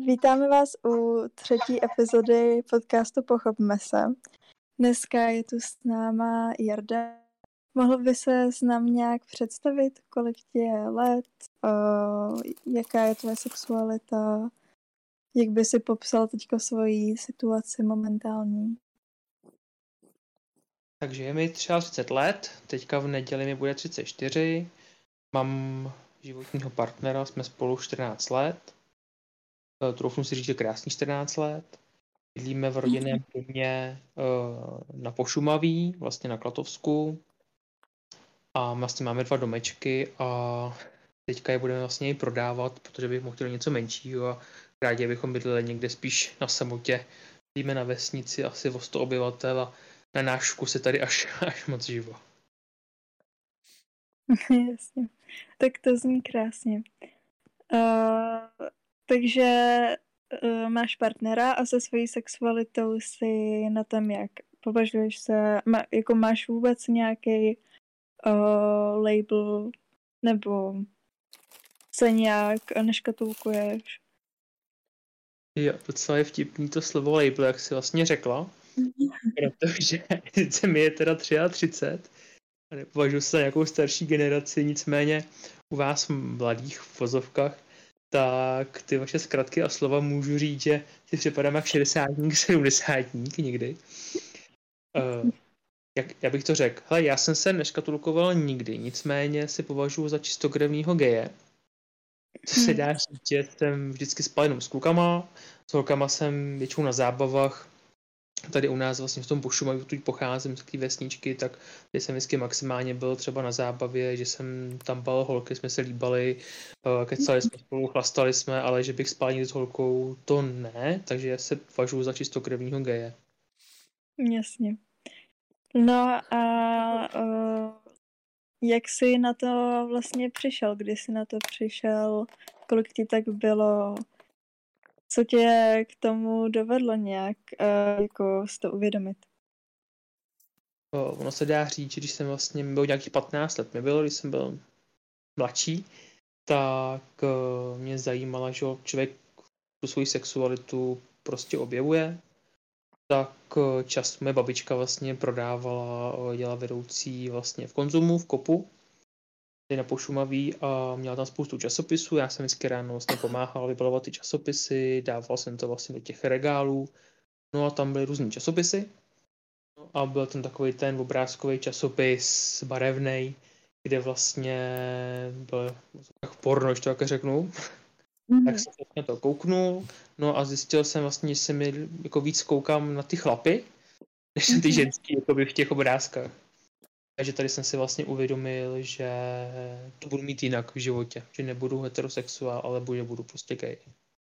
Vítáme vás u třetí epizody podcastu Pochopme se. Dneska je tu s náma Jarda. Mohl by se nám nějak představit, kolik ti je let, jaká je tvoje sexualita, jak by si popsal teďko svoji situaci momentální? Takže je mi třeba 30 let, teďka v neděli mi bude 34, mám životního partnera, jsme spolu 14 let, troufnu si říct, že krásný 14 let, bydlíme v rodinném domě na Pošumaví, vlastně na Klatovsku, a vlastně máme 2 domečky a teďka je budeme vlastně i prodávat, protože bych mohl chtěl něco menšího a rádi bychom bydleli někde spíš na samotě. Bydlíme na vesnici asi o 100 obyvatel a na náš vkus je tady až moc živo. Jasně. Tak to zní krásně. Takže máš partnera a se svojí sexualitou si na tom jak? Považuješ se, jako máš vůbec nějaký label nebo se nějak neškatulkuješ? Jo, docela je vtipný to slovo label, jak jsi vlastně řekla, protože sice mi je teda 33 a nepovažuji se za nějakou starší generaci, nicméně u vás mladých v vozovkách, tak ty vaše zkratky a slova můžu říct, že si připadám jak 60ník, 70ník někdy. Já bych to řekl, hele, já jsem se neškatulkoval nikdy, nicméně si považuji za čistokrevného geje. Co se dá říct, že jsem vždycky spal jenom s klukama, s holkama jsem většinou na zábavách. Tady u nás vlastně v tom Pošumaví, tu pocházím z té vesničky, tak tady jsem vždycky maximálně byl třeba na zábavě, že jsem tam bal holky, jsme se líbali, kecali jsme spolu, chlastali jsme, ale že bych spal někdy s holkou, to ne, takže já se považuji za čistokrevního geje. Jasně. No a jak jsi na to vlastně přišel? Kdy jsi na to přišel? Kolik ti tak bylo? Co tě k tomu dovedlo nějak jako si to uvědomit? Ono se dá říct, že když jsem vlastně byl nějakých 15 let, mi bylo, když jsem byl mladší, tak mě zajímalo, že člověk tu svoji sexualitu prostě objevuje. Tak čas moje babička vlastně prodávala, dělala vedoucí vlastně v Konzumu, v Kopu, tady na Pošumaví, a měla tam spoustu časopisů. Já jsem vždycky ráno vlastně pomáhal vybalovat ty časopisy, dával jsem to vlastně do těch regálů. No a tam byly různý časopisy. No a byl tam takový ten obrázkový časopis barevnej, kde vlastně byl porno, když to tak řeknu. Tak jsem na to kouknul, no a zjistil jsem vlastně, že se mi jako víc koukám na ty chlapy, než na ty ženský jakoby v těch obrázkách. Takže tady jsem si vlastně uvědomil, že to budu mít jinak v životě, že nebudu heterosexuál, ale že budu prostě gay.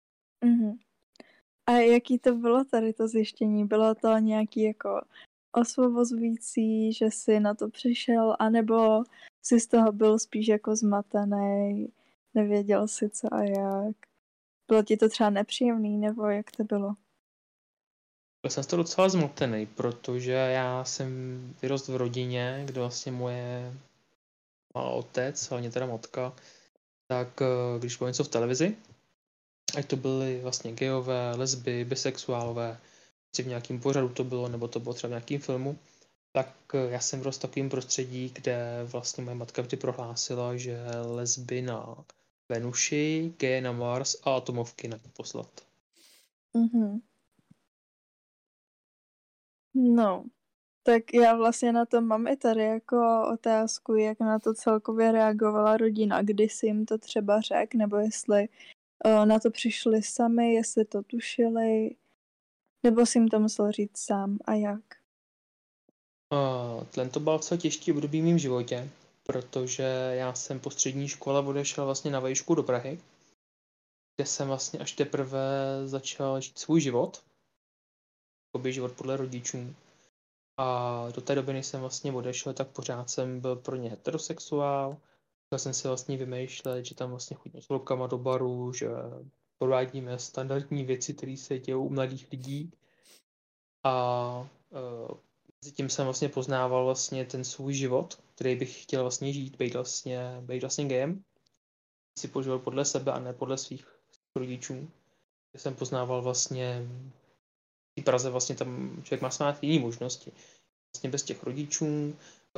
A jaký to bylo tady to zjištění? Bylo to nějaký jako osvobozující, že jsi na to přišel, anebo jsi z toho byl spíš jako zmatený, nevěděl si co a jak? Bylo ti to třeba nepříjemný, nebo jak to bylo? Byl jsem z toho docela zmatený, protože já jsem vyrost v rodině, kde vlastně moje otec, hlavně teda matka, tak když bylo něco v televizi, ať to byly vlastně gayové, lesby, bisexuálové, v nějakém pořadu to bylo, nebo to bylo třeba v nějakém filmu, tak já jsem vyrostl v takovém prostředí, kde vlastně moje matka vždy prohlásila, že lesby na Venuši, geje na Mars a atomovky na poslat. No, tak já vlastně na to mám i tady jako otázku, jak na to celkově reagovala rodina, kdy jsi jim to třeba řekl, nebo jestli na to přišli sami, jestli to tušili, nebo jsi jim to musel říct sám a jak? To byl docela těžký období v mém životě, protože já jsem po střední škole odešel vlastně na vejšku do Prahy, kde jsem vlastně až teprve začal žít svůj život, jakoby život podle rodičů. A do té doby, než jsem vlastně odešel, tak pořád jsem byl pro ně heterosexuál. Já jsem si vlastně vymýšlet, že tam vlastně chodím s holkama do baru, že provádíme standardní věci, které se dějí u mladých lidí. A mezi tím jsem vlastně poznával vlastně ten svůj život, který bych chtěl vlastně žít, být vlastně gayem. Si požil podle sebe a ne podle svých rodičů. kde jsem poznával vlastně v té Praze vlastně tam člověk má smát jiné možnosti. Vlastně bez těch rodičů,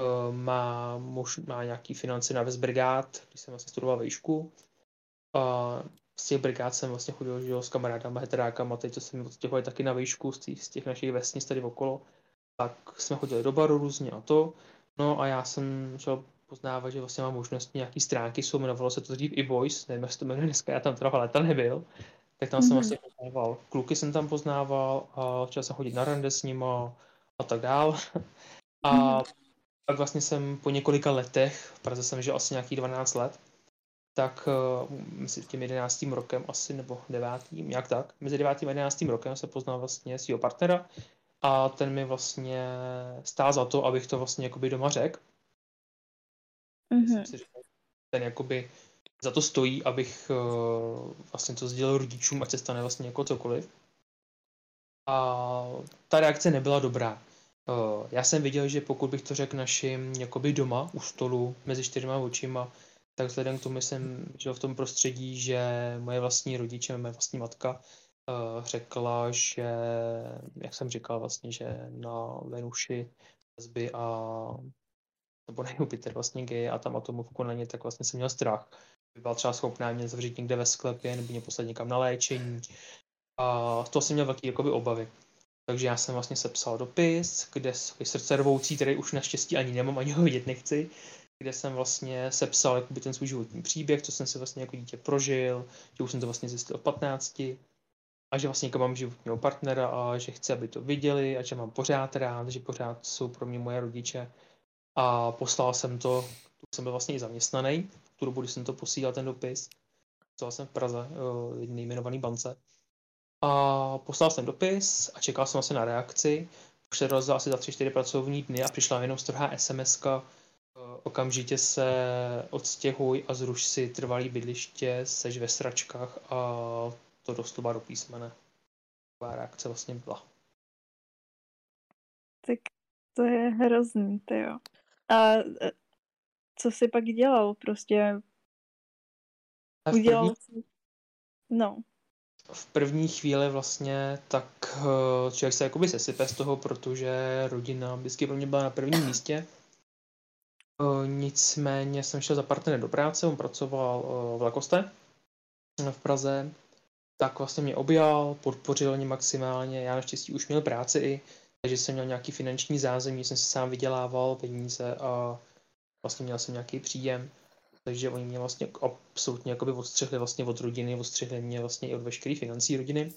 má nějaký finance na brigád, když jsem vlastně studoval výšku. A z těch brigád jsem vlastně chodil, že jo, s kamarádama, heterákama, teď co jsem odstěhovali taky na výšku z těch našich vesnic tady okolo, tak jsme chodili do baru různě a to. No a já jsem začal poznávat, že vlastně mám možnost nějaký stránky, jmenovalo se to dřív i Boys, nevím, jestli to jmenuje dneska, já tam teda léta nebyl, tak tam jsem Mhm. vlastně poznával, kluky jsem tam poznával a začal jsem chodit na rande s nima a tak dál. Mhm. A pak vlastně jsem po několika letech, v Praze jsem žil asi nějakých 12 let, tak mezi tím 11. rokem asi, nebo 9. nějak tak, mezi 9. a 11. rokem se poznal vlastně svého partnera a ten mi vlastně stál za to, abych to vlastně jakoby doma řekl. Jsem Mhm. si říkal, ten jakoby za to stojí, abych vlastně to sdělil rodičům, ať se stane vlastně jako cokoliv. A ta reakce nebyla dobrá. Já jsem viděl, že pokud bych to řekl našim jakoby doma u stolu mezi 4 očima, tak vzhledem k tomu jsem žil v tom prostředí, že moje vlastní rodiče, moje vlastní matka řekla, že, jak jsem říkal vlastně, že na Venuši lesby a nebo na Jupiter vlastně gay a tam atomovku na ně, tak vlastně jsem měl strach. By byla třeba schopná mě zavřít někde ve sklepě nebo mě poslat někam na léčení. A z toho jsem měl velký jakoby obavy. Takže já jsem vlastně sepsal dopis, kde srdce rvoucí, který už naštěstí ani nemám, ani ho vidět nechci, kde jsem vlastně sepsal jakoby ten svůj životní příběh, co jsem si vlastně jako dítě prožil, že už jsem to vlastně zjistil v 15 a že vlastně jako mám životního partnera a že chci, aby to viděli a že mám pořád rád, že pořád jsou pro mě moje rodiče. A poslal jsem to, tu jsem byl vlastně i zaměstnaný, v tu dobu, kdy jsem to posílal ten dopis, poslal jsem v Praze, nejmenovaný bance. A poslal jsem dopis a čekal jsem asi na reakci. Přerazil asi za 3-4 pracovní dny a přišla jenom strohá SMS-ka. Okamžitě se odstěhuj a zruš si trvalý bydliště, sež ve sračkách a to doslova do písmene. Taková reakce vlastně byla. Tak to je hrozný, ty jo. A co jsi pak dělal? Prostě A udělal jsi... No. v první chvíli vlastně tak člověk se jakoby sesype z toho, protože rodina vždycky pro mě byla na prvním místě. Nicméně jsem šel za partnerem do práce, on pracoval v Lacoste v Praze, tak vlastně mě objal, podpořil mě maximálně, já naštěstí už měl práci i, takže jsem měl nějaký finanční zázemí, jsem si sám vydělával peníze a vlastně měl jsem nějaký příjem, takže oni mě vlastně absolutně jakoby odstřihli vlastně od rodiny, odstřihli mě vlastně i od veškerých financí rodiny.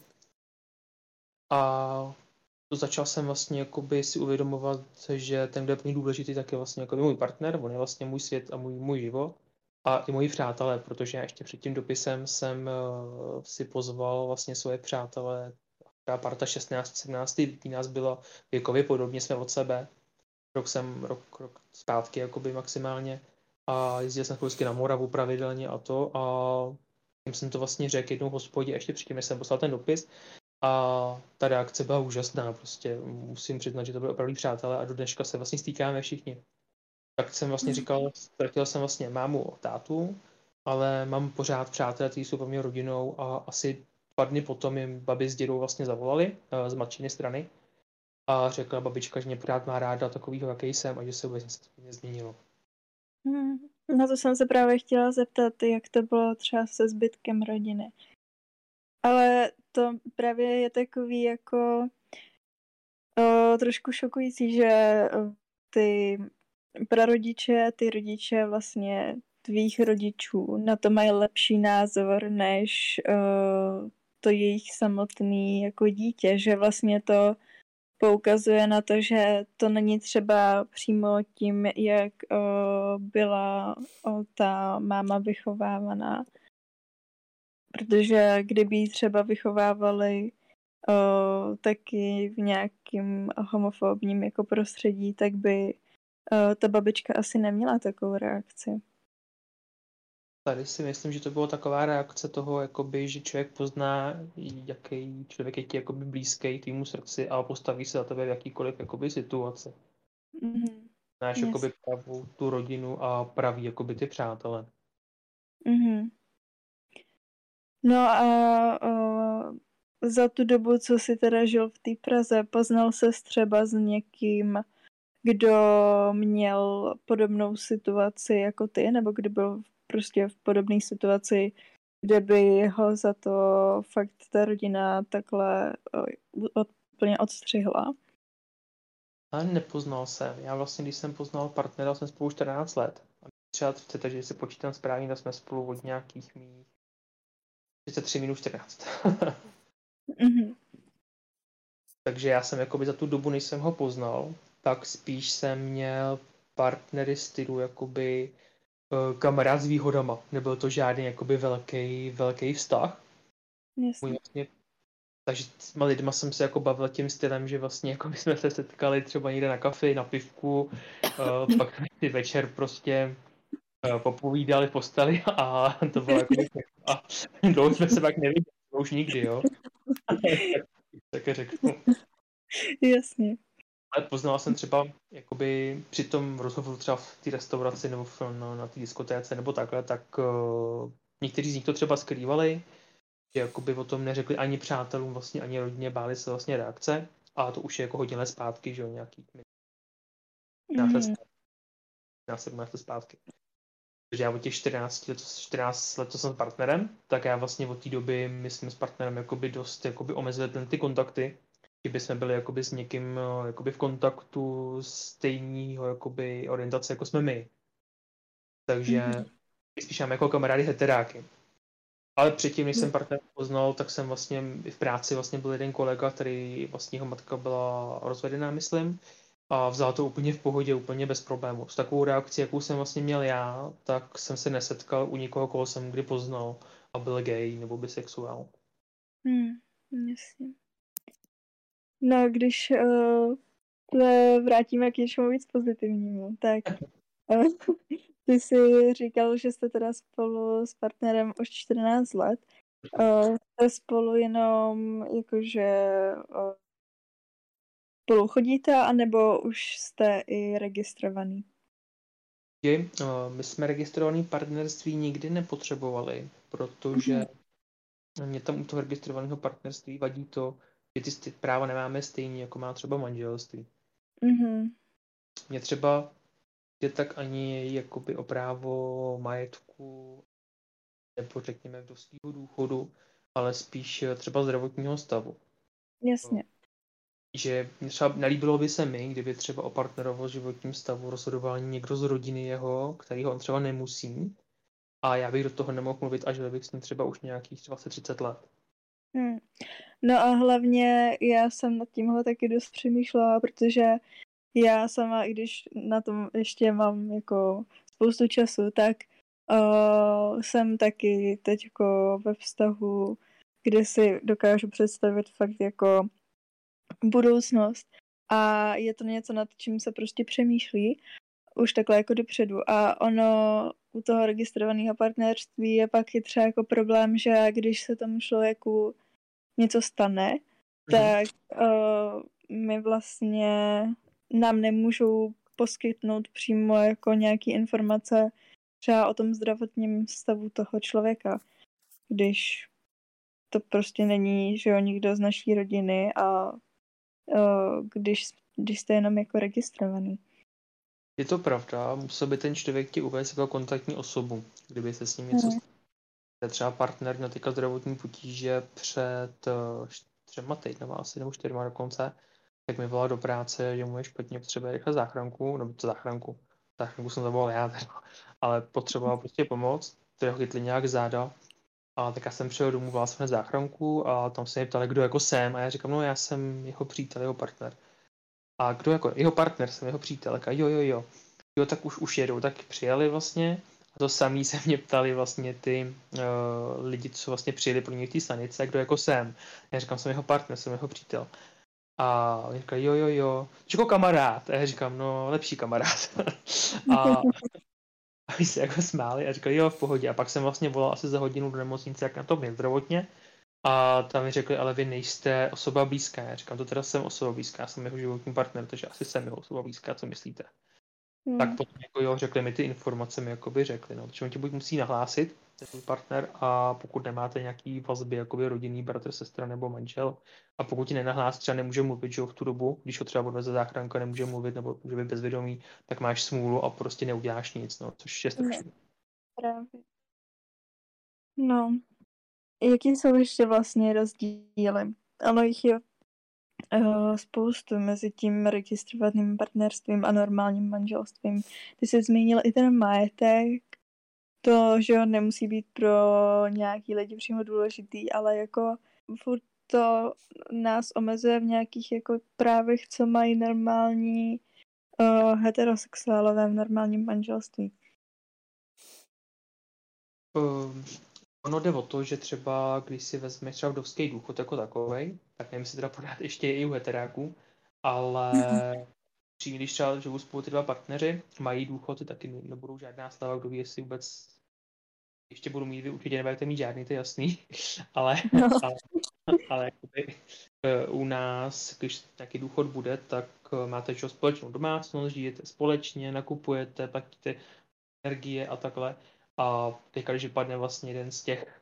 A to začal jsem vlastně jakoby si uvědomovat, že ten, kdo je pro mě důležitý, tak je vlastně jakoby můj partner, on je vlastně můj svět a můj život a i moji přátelé, protože já ještě před tím dopisem jsem si pozval vlastně svoje přátelé, ta parta 16-17 lidí nás byla věkově podobně, jsme od sebe, rok zpátky jakoby maximálně a jezdil jsem vždycky na Moravu pravidelně a to a tím jsem to vlastně řekl jednou hospodě, ještě předtím, než jsem poslal ten dopis, a ta reakce byla úžasná, prostě musím přiznat, že to byly opravdu přátelé a do dneška se vlastně stýkáme všichni. Tak jsem vlastně říkal, ztratil jsem vlastně mámu a tátu, ale mám pořád přátelé, kteří jsou pro mě rodinou a asi 2 dny potom jim babi s dědou vlastně zavolali z matčiny strany a řekla babička, že mě pořád má ráda takovýho, jaký jsem a že se vůbec nic nezměnilo. Na to jsem se právě chtěla zeptat, jak to bylo třeba se zbytkem rodiny. Ale to právě je takový jako trošku šokující, že ty prarodiče, ty rodiče vlastně tvých rodičů na to mají lepší názor než to jejich samotný jako dítě, že vlastně to poukazuje na to, že to není třeba přímo tím, jak byla ta máma vychovávaná. Protože kdyby ji třeba vychovávali taky v nějakým homofobním jako prostředí, tak by ta babička asi neměla takovou reakci. Tady si myslím, že to byla taková reakce toho, jakoby, že člověk pozná, jaký člověk je ti jakoby blízký tvýmu srdci a postaví se za tebe v jakýkoliv jakoby, situaci. Mm-hmm. Znáš Yes. jakoby pravou tu rodinu a praví jakoby ty přátelé. Mm-hmm. No a za tu dobu, co jsi teda žil v té Praze, poznal ses třeba s někým, kdo měl podobnou situaci jako ty, nebo kdo byl prostě v podobné situaci, kde by ho za to fakt ta rodina takhle úplně odstřihla? Ale nepoznal jsem. Já vlastně, když jsem poznal partnera, jsme spolu 14 let. A 33, takže si počítám správně, tak jsme spolu od nějakých mých 33 minus 14. Mhm. Takže já jsem jakoby za tu dobu, než jsem ho poznal, tak spíš jsem měl partnery stylu jakoby kamarád s výhodama. Nebyl to žádný jakoby velký vztah. Můj Jasně. vlastně, takže s těma lidma jsem se jako bavil tím stylem, že vlastně jako my jsme se setkali třeba někde na kafi, na pivku, pak jsme si večer prostě popovídali v posteli a to bylo jako a dlouho jsme se pak neviděli, už nikdy, jo. tak řeknu. Jasně. Ale poznal jsem třeba jakoby při tom rozhovoru třeba v té restauraci nebo na té diskotéce nebo takhle, tak někteří z nich to třeba skrývali, že jakoby o tom neřekli ani přátelům, vlastně ani rodině, báli se vlastně reakce a to už je jako hodně let zpátky, že jo, nějaký 15 let Mhm. zpátky, 17 let zpátky. Takže já od těch 14 let, co jsem s partnerem, tak já vlastně od té doby my jsme s partnerem jakoby dost jakoby omezili ty kontakty, kdyby jsme byli jakoby s někým jakoby v kontaktu stejného jakoby orientace, jako jsme my. Takže Mhm. spíš mám jako kamarády heteráky. Ale předtím, než jsem partnera poznal, tak jsem vlastně i v práci vlastně byl jeden kolega, který vlastně jeho matka byla rozvedená, myslím, a vzal to úplně v pohodě, úplně bez problémů. S takovou reakcí, jakou jsem vlastně měl já, tak jsem se nesetkal u nikoho, koho jsem kdy poznal a byl gay nebo bisexuál. Jasně. No, když se vrátíme k něčemu víc pozitivnímu, tak uh, ty jsi říkal, že jste teda spolu s partnerem už 14 let. Jste spolu jenom jakože spolu chodíte, anebo už jste i registrovaný? My jsme registrované partnerství nikdy nepotřebovali, protože mě tam u toho registrovaného partnerství vadí to, že ty práva nemáme stejně, jako má třeba manželství. Mm-hmm. Mě třeba je tak ani jakoby o právo majetku nebo řekněme vdovského důchodu, ale spíš třeba zdravotního stavu. Jasně. Že třeba nelíbilo by se mi, kdyby třeba o partnerovo životním stavu rozhodoval někdo z rodiny jeho, kterýho on třeba nemusí, a já bych do toho nemohl mluvit, až bych s ním třeba už nějakých 20-30 let. Hmm. No a hlavně já jsem nad tímhle taky dost přemýšlela, protože já sama, i když na tom ještě mám jako spoustu času, tak jsem taky teď jako ve vztahu, kde si dokážu představit fakt jako budoucnost a je to něco, nad čím se prostě přemýšlí už takhle jako dopředu a ono u toho registrovaného partnerství je pak i třeba jako problém, že když se tomu člověku něco stane, tak my vlastně nám nemůžou poskytnout přímo jako nějaký informace třeba o tom zdravotním stavu toho člověka, když to prostě není, že jo, nikdo z naší rodiny a když jste jenom jako registrovaný. Je to pravda, musel by ten člověk ti uvést jako kontaktní osobu, kdyby se s ním něco stalo. Třeba partner měl teďka zdravotní potíže před 3 týdny, asi nebo 4 dokonce, tak mi volala do práce, že mu je špatně, potřebuje rychle záchranku, nebo co záchranku. Záchranku jsem zavolal já, ale potřeboval prostě pomoc, to ho chytli nějak záda. A tak já jsem přijel domů, volal jsem hned záchranku a tam se mě ptali, kdo jako jsem. A já říkám, no já jsem jeho přítel, jeho partner. A kdo jako, jeho partner, jsem jeho přítel. A jo. Jo, tak už jedou, tak přijeli vlastně. A to samý se mě ptali vlastně ty lidi, co vlastně přijeli pro něj v té stanice, kdo jako jsem. Já říkám, jsem jeho partner, jsem jeho přítel. A oni říkají, jo. Jako kamarád. A já říkám, no, lepší kamarád. a oni se jako smáli a říkali, jo, v pohodě. A pak jsem vlastně volal asi za hodinu do nemocnice, jak na to byl zdravotně. A tam mi řekli, ale vy nejste osoba blízká. Já říkám, to teda jsem osoba blízká, já jsem jeho životní partner, takže asi jsem jeho osoba blízká, co myslíte? Tak potom jako jo, řekli mi ty informace, mi jakoby řekli, no, protože on tě buď musí nahlásit, ten tvůj partner, a pokud nemáte nějaký vazby, jakoby rodinný bratr, sestra nebo manžel, a pokud ti nenahlásí, třeba nemůže mluvit, že jo, v tu dobu, když ho třeba odveze záchranka, nemůže mluvit nebo může být bezvědomý, tak máš smůlu a prostě neuděláš nic, no, což je Ne, strašný. právě. No, jaký jsou ještě vlastně rozdíly? Ano, jich je spoustu mezi tím registrovaným partnerstvím a normálním manželstvím. Ty jsi zmínil i ten majetek, to, že on nemusí být pro nějaký lidi přímo důležitý, ale jako furt to nás omezuje v nějakých jako právech, co mají normální heterosexuálové v normálním manželství. Ono jde o to, že třeba, když si vezmeš třeba vdovský důchod jako takovej, tak nevím, jestli teda pořád ještě je i u heteráků, ale když třeba živou spolu ty dva partneři, mají důchod, taky nebudou žádná slava, kdo ví, jestli vůbec ještě budu mít, vy určitě nebudete mít žádný, to je jasný, ale, No. ale jakoby, u nás, když nějaký důchod bude, tak máte čo společnou domácnost, žijete společně, nakupujete, platíte energie a takhle. A teďka, když vypadne vlastně jeden z těch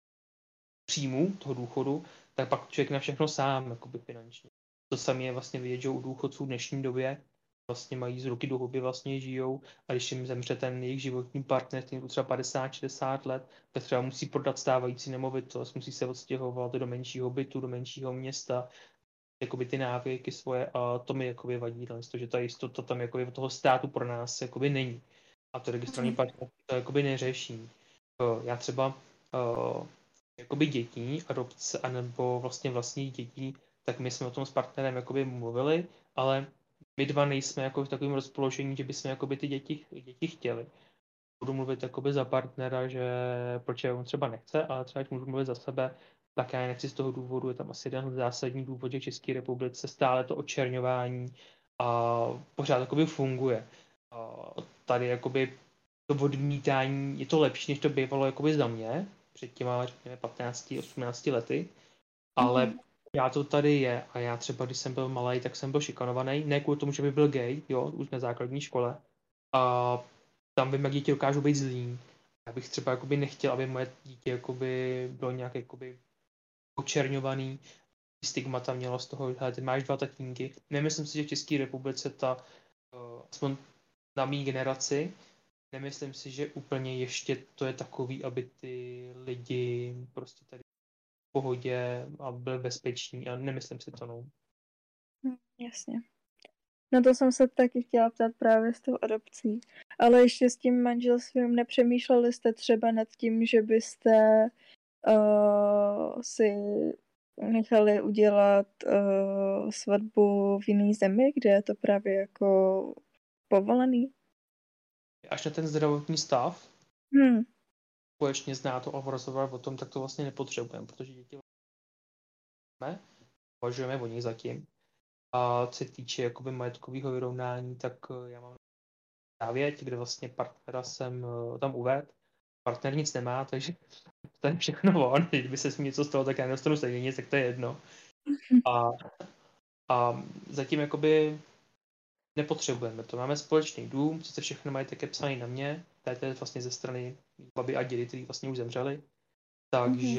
příjmů toho důchodu, tak pak člověk na všechno sám, jakoby finančně. To samé je vlastně vidět, že u důchodců v dnešní době vlastně mají z ruky do huby, vlastně žijou, a když jim zemře ten jejich životní partner, ten třeba 50-60 let, tak třeba musí prodat stávající nemovitost, musí se odstěhovat do menšího bytu, do menšího města, jakoby ty návyky svoje, a to mi jakoby vadí, že ta jistota tam jakoby od toho státu pro nás jakoby není. A to registrovaný partner to jakoby neřeší. Já třeba jakoby dětí, adopce, anebo vlastně vlastních dětí, tak my jsme o tom s partnerem jakoby mluvili, ale my dva nejsme jako v takovém rozpoložení, že bychom jakoby ty děti chtěli. Budu mluvit jakoby za partnera, že proč on třeba nechce, ale třeba když můžu mluvit za sebe, tak já nechci z toho důvodu, je tam asi jeden zásadní důvod, že v České republice stále to očerňování a pořád jakoby funguje. A tady jakoby to odmítání, je to lepší, než to bývalo jakoby za mě, před těma, řekněme, 15-18 lety, ale já to tady je, a já třeba, když jsem byl malý, tak jsem byl šikanovaný, ne kvůli tomu, že by byl gay, jo, už na základní škole, a tam vím, jak děti dokážou být zlý. Já bych třeba jakoby nechtěl, aby moje dítě jakoby bylo nějak jakoby očerňovaný, stigmata mělo z toho, že ty máš dva tatínky. Nemyslím si, že v České republice aspoň na mý generaci, nemyslím si, že úplně ještě to je takový, aby ty lidi prostě tady v pohodě a byli bezpeční, a nemyslím si to, no. Jasně. No to jsem se taky chtěla ptát právě s tou adopcí. Ale ještě s tím manželstvím nepřemýšleli jste třeba nad tím, že byste si nechali udělat svatbu v jiné zemi, kde je to právě jako povolený? Až na ten zdravotní stav, Hmm. společně zná to a rozhodovat o tom, tak to vlastně nepotřebujeme, protože děti máme, považujeme o nich zatím. A co se týče jakoby majetkového vyrovnání, tak já mám závěť, kde vlastně partnera jsem tam uvedl. Partner nic nemá, takže to je všechno on. Kdyby se s ním něco stalo, tak já nedostanu stejně nic, tak to je jedno. A, a zatím jakoby nepotřebujeme to. Máme společný dům, sice všechno majetek je psaný na mě, to je vlastně ze strany babi a dědy, kteří vlastně už zemřeli. Takže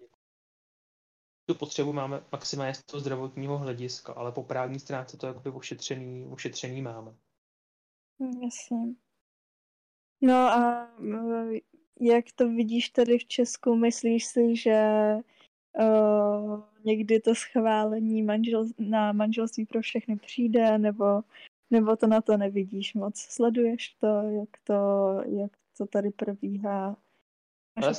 tu potřebu máme maximálně z toho zdravotního hlediska, ale po právní stránce to jakoby ošetřený máme. Jasně. No a jak to vidíš tady v Česku? Myslíš si, že někdy to schválení na manželství pro všechny přijde, nebo to na to nevidíš moc? Sleduješ to, jak to tady probíhá? Ale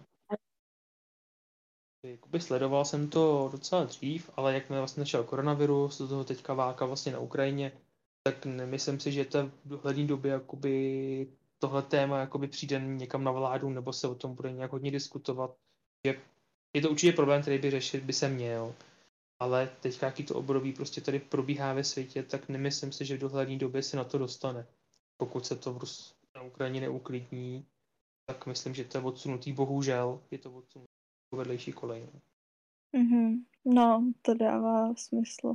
sledoval jsem to docela dřív, ale jakmile vlastně začal koronavirus, do toho teďka válka vlastně na Ukrajině, tak nemyslím si, že to v dohledné době jakoby tohle téma jakoby přijde někam na vládu, nebo se o tom bude nějak hodně diskutovat. Je to určitě problém, který by řešit by se měl, ale teď jaký to období prostě tady probíhá ve světě, tak nemyslím si, že v dohledné době se na to dostane. Pokud se to na Ukrajině neuklidní, tak myslím, že to je odsunutý, bohužel je to odsunutý vedlejší kolej. No, to dává smysl.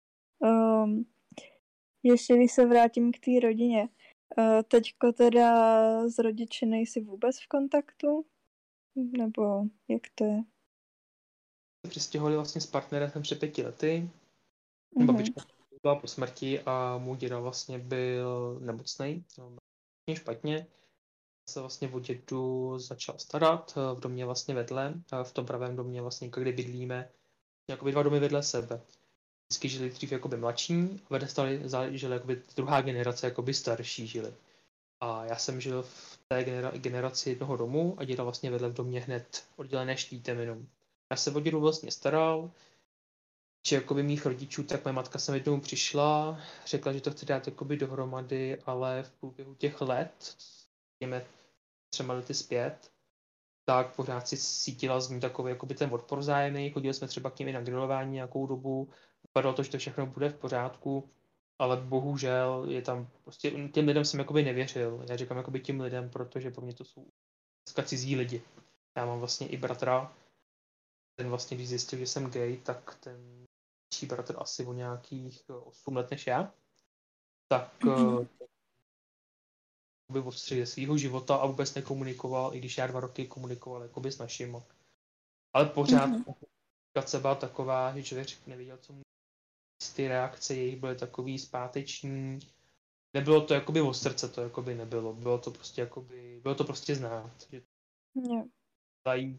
Ještě když se vrátím k té rodině. Teďko teda s rodiči nejsi vůbec v kontaktu? Nebo jak to je? Přistěhovali vlastně s partnerem jsem před 5 lety. Mhm. Babička byla po smrti a můj děda vlastně byl nemocný, špatně. Se vlastně o dědu začal starat v domě vlastně vedle, v tom pravém domě vlastně, kde bydlíme, jakoby 2 domy vedle sebe. Vždycky žili dřív jakoby mladší, a vedle žili jakoby druhá generace, jakoby starší žili. A já jsem žil v té generaci jednoho domu a děda vlastně vedle v domě hned oddělené štítem jenom. Já se o dědu vlastně staral, že jakoby mých rodičů, tak moje matka sem jednou přišla, řekla, že to chce dát jakoby dohromady, ale v průběhu těch let, těmi 3 lety zpět, tak pořád si cítila z ní takový jakoby ten odpor vzájemný, chodili jsme třeba k ním i na grilování nějakou dobu, vypadalo to, že to všechno bude v pořádku, ale bohužel je tam, prostě těm lidem jsem jakoby nevěřil, já říkám jakoby těm lidem, protože pro mě to jsou dneska cizí lidi. Já mám vlastně i bratra, ten vlastně, když zjistil, že jsem gay, tak ten mladší bratr asi o nějakých 8 let než já, tak Mhm. by odstřelil svého života a vůbec nekomunikoval, i když já 2 roky komunikoval jakoby s naším. Ale pořád Mhm. komunikace byla taková, že člověk nevěděl, co mu ty reakce jejich byly takový zpáteční. Nebylo to jakoby o srdce, to jakoby nebylo. Bylo to prostě znát, že to Jo. dají.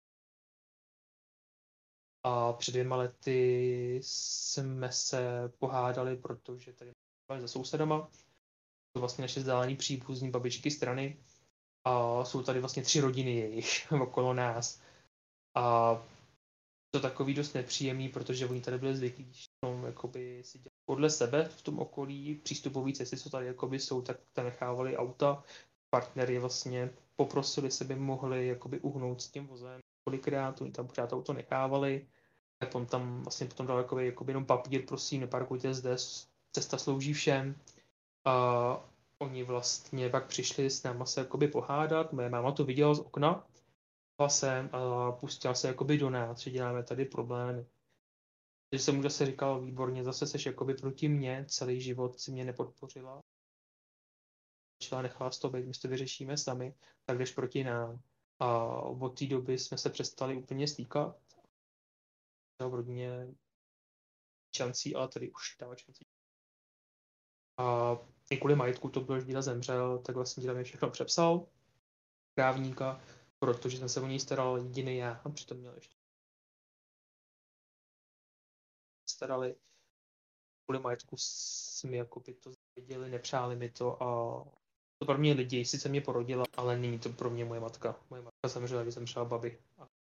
A před 2 lety jsme se pohádali, protože tady máme za sousedama. To vlastně naše vzdálení příbuzní babičky strany. A jsou tady vlastně 3 rodiny jejich okolo nás. A to takový dost nepříjemný, protože oni tady byli zvyklí, když jakoby si dělali podle sebe v tom okolí, přístupové cesty, co tady jakoby jsou, tak tam nechávali auta, partnery vlastně poprosili se, by mohli jakoby uhnout s tím vozem, kolikrát oni tam pořád auto nechávali, tak on tam vlastně potom dal jakoby jenom papír, prosím, neparkujte zde, cesta slouží všem. A oni vlastně pak přišli s náma se jakoby pohádat, moje máma to viděla z okna, jsem a pustila se jakoby do nás, že děláme tady problémy. Takže jsem mu zase říkal, výborně, zase seš jakoby proti mně, celý život si mě nepodpořila. Začala nechala to být, my to vyřešíme sami, tak jdeš proti nám. A od té doby jsme se přestali úplně stýkat. V rodině šancí, ale tady už dává šancí. A i kvůli majetku to bylo, že děda zemřel, tak vlastně děda mě všechno přepsal, právníka, protože jsem se o něj staral jediný já, a přitom měl ještě starali. Kvůli majetku si mi jakoby to věděli, nepřáli mi to a to pro mě lidi, sice mě porodila, ale není to pro mě moje matka. Moje matka zemřela, když zemřela babi.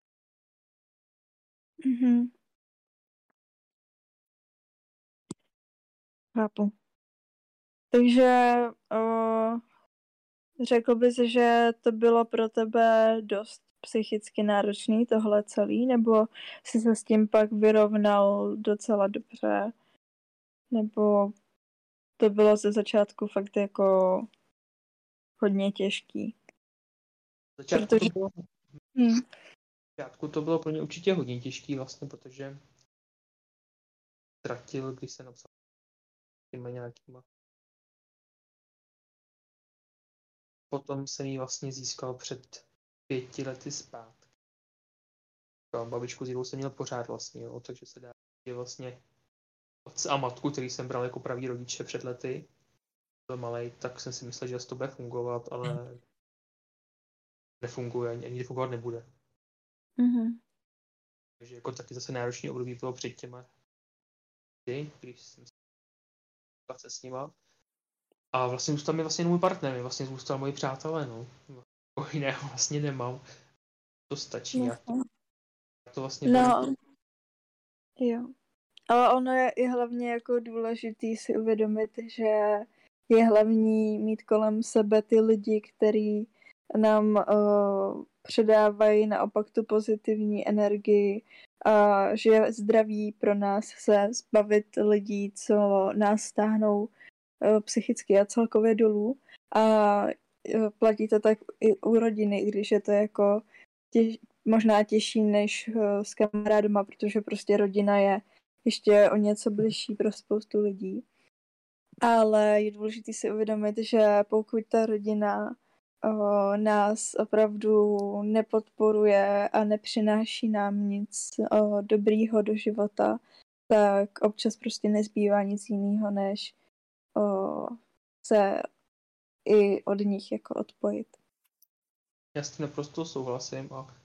Mhm. Chápu. Takže řekl bys, že to bylo pro tebe dost psychicky náročný tohle celý, nebo jsi se s tím pak vyrovnal docela dobře, nebo to bylo ze začátku fakt jako hodně těžký? Začátku to Protože... bylo, Hm. začátku to bylo pro mě určitě hodně těžký vlastně, protože ztratil, když se napsal těma nějakýma. Potom jsem ji vlastně získal před 5 lety zpátky. Babičku s Jirou jsem měl pořád vlastně, jo, takže se dá, že vlastně otce a matku, který jsem bral jako pravý rodiče před lety, byl malej, tak jsem si myslel, že to bude fungovat, ale nefunguje, ani fungovat nebude. Mhm. Takže jako taky zase náročný období bylo před těma když jsem se s nima. A vlastně zůstal mi vlastně můj partner, mi vlastně zůstal moji přátelé, no. O jiného vlastně nemám. To stačí, já to vlastně beru. No, jo. Ale ono je i hlavně jako důležitý si uvědomit, že je hlavní mít kolem sebe ty lidi, který nám předávají naopak tu pozitivní energii a že je zdravý pro nás se zbavit lidí, co nás stáhnou psychicky a celkově dolů. A platí to tak i u rodiny, i když je to jako možná těžší než s kamarádama, protože prostě rodina je ještě o něco bližší pro spoustu lidí. Ale je důležité si uvědomit, že pokud ta rodina nás opravdu nepodporuje a nepřináší nám nic dobrýho do života, tak občas prostě nezbývá nic jiného, než se i od nich jako odpojit. Já s tím naprosto souhlasím a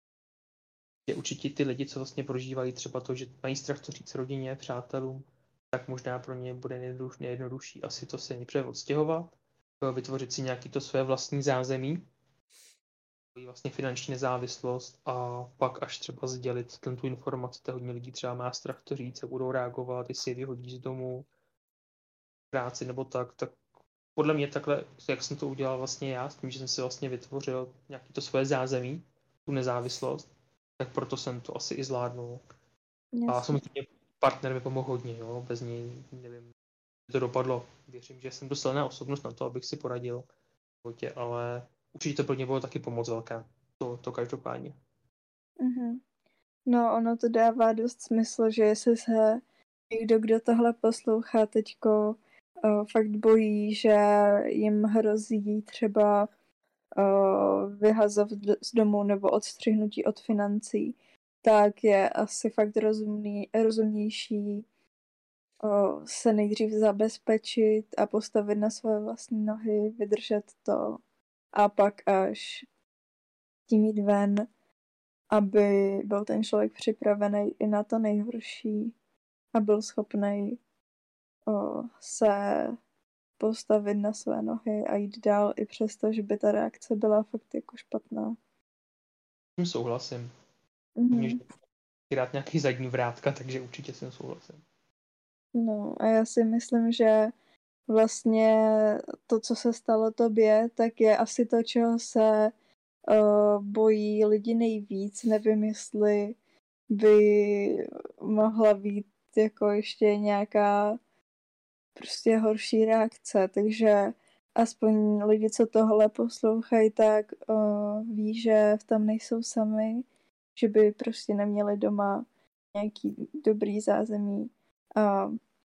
že určitě ty lidi, co vlastně prožívají třeba to, že mají strach to říct rodině, přátelům, tak možná pro ně bude nejjednodušší asi to se nejprve odstěhovat, vytvořit si nějaký to své vlastní zázemí, vlastně finanční nezávislost a pak až třeba sdělit tu informaci, to hodně lidí třeba má strach to říct a budou reagovat, jestli je vyhodí z domu, práci nebo tak podle mě takhle, jak jsem to udělal vlastně já, s tím, že jsem si vlastně vytvořil nějaký to svoje zázemí, tu nezávislost, tak proto jsem to asi i zvládnul. A samozřejmě partner mi pomohl hodně, jo? Bez něj nevím, jak to dopadlo. Věřím, že jsem dost silná osobnost na to, abych si poradil v životě, ale určitě to pro mě bylo taky pomoc velká. To každopádně. Mm-hmm. No, ono to dává dost smysl, že jestli se někdo, kdo tohle poslouchá teďko, fakt bojí, že jim hrozí třeba vyhazov z domu nebo odstřihnutí od financí, tak je asi fakt rozumnější se nejdřív zabezpečit a postavit na své vlastní nohy, vydržet to a pak až tím jít ven, aby byl ten člověk připravený i na to nejhorší a byl schopný se postavit na své nohy a jít dál i přesto, že by ta reakce byla fakt jako špatná. S tím souhlasím. Mm-hmm. Rád nějaký zadní vrátka, takže určitě s tím souhlasím. No a já si myslím, že vlastně to, co se stalo tobě, tak je asi to, čeho se bojí lidi nejvíc. Nevím, jestli by mohla být jako ještě nějaká prostě horší reakce, takže aspoň lidi, co tohle poslouchají, tak ví, že v tom nejsou sami, že by prostě neměli doma nějaký dobrý zázemí a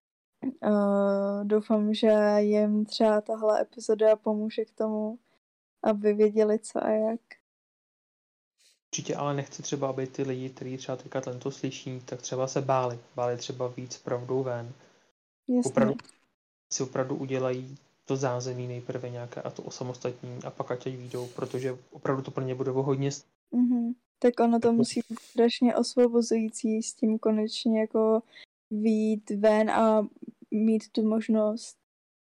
doufám, že jim třeba tahle epizoda pomůže k tomu, aby věděli co a jak. Určitě ale nechci třeba, aby ty lidi, kteří třeba teďka to slyší, tak třeba se báli třeba víc pravdou ven. Jasně. Si opravdu udělají to zázemí nejprve nějaké a to osamostatní a pak ať výjdou, protože opravdu to pro ně bude hodně. Mm-hmm. Tak ono to musí být strašně osvobozující s tím konečně jako vyjít ven a mít tu možnost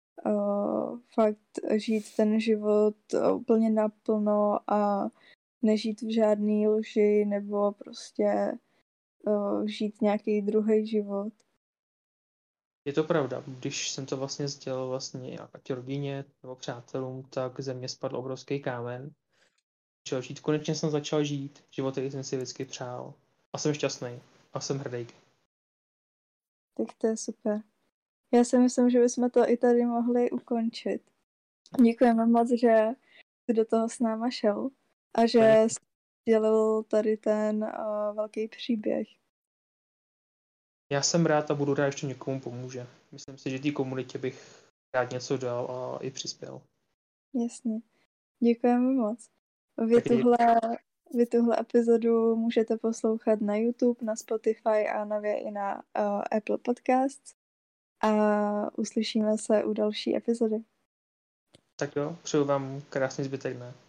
fakt žít ten život úplně naplno a nežít v žádný lži nebo prostě žít nějaký druhý život. Je to pravda, když jsem to vlastně sdělil vlastně ať rodině nebo přátelům, tak ze mě spadl obrovský kámen. Konečně jsem začal žít život, který jsem si vždycky přál. A jsem šťastný. A jsem hrdý. Tak to je super. Já si myslím, že bychom to i tady mohli ukončit. Děkujeme moc, že jsi do toho s náma šel a že jsi dělal tady ten velký příběh. Já jsem rád a budu rád, že někomu pomůže. Myslím si, že té komunitě bych rád něco dal a i přispěl. Jasně. Děkujeme moc. Vy tuhle epizodu můžete poslouchat na YouTube, na Spotify a nově i na Apple Podcasts. A uslyšíme se u další epizody. Tak jo, přeju vám krásný zbytek dne.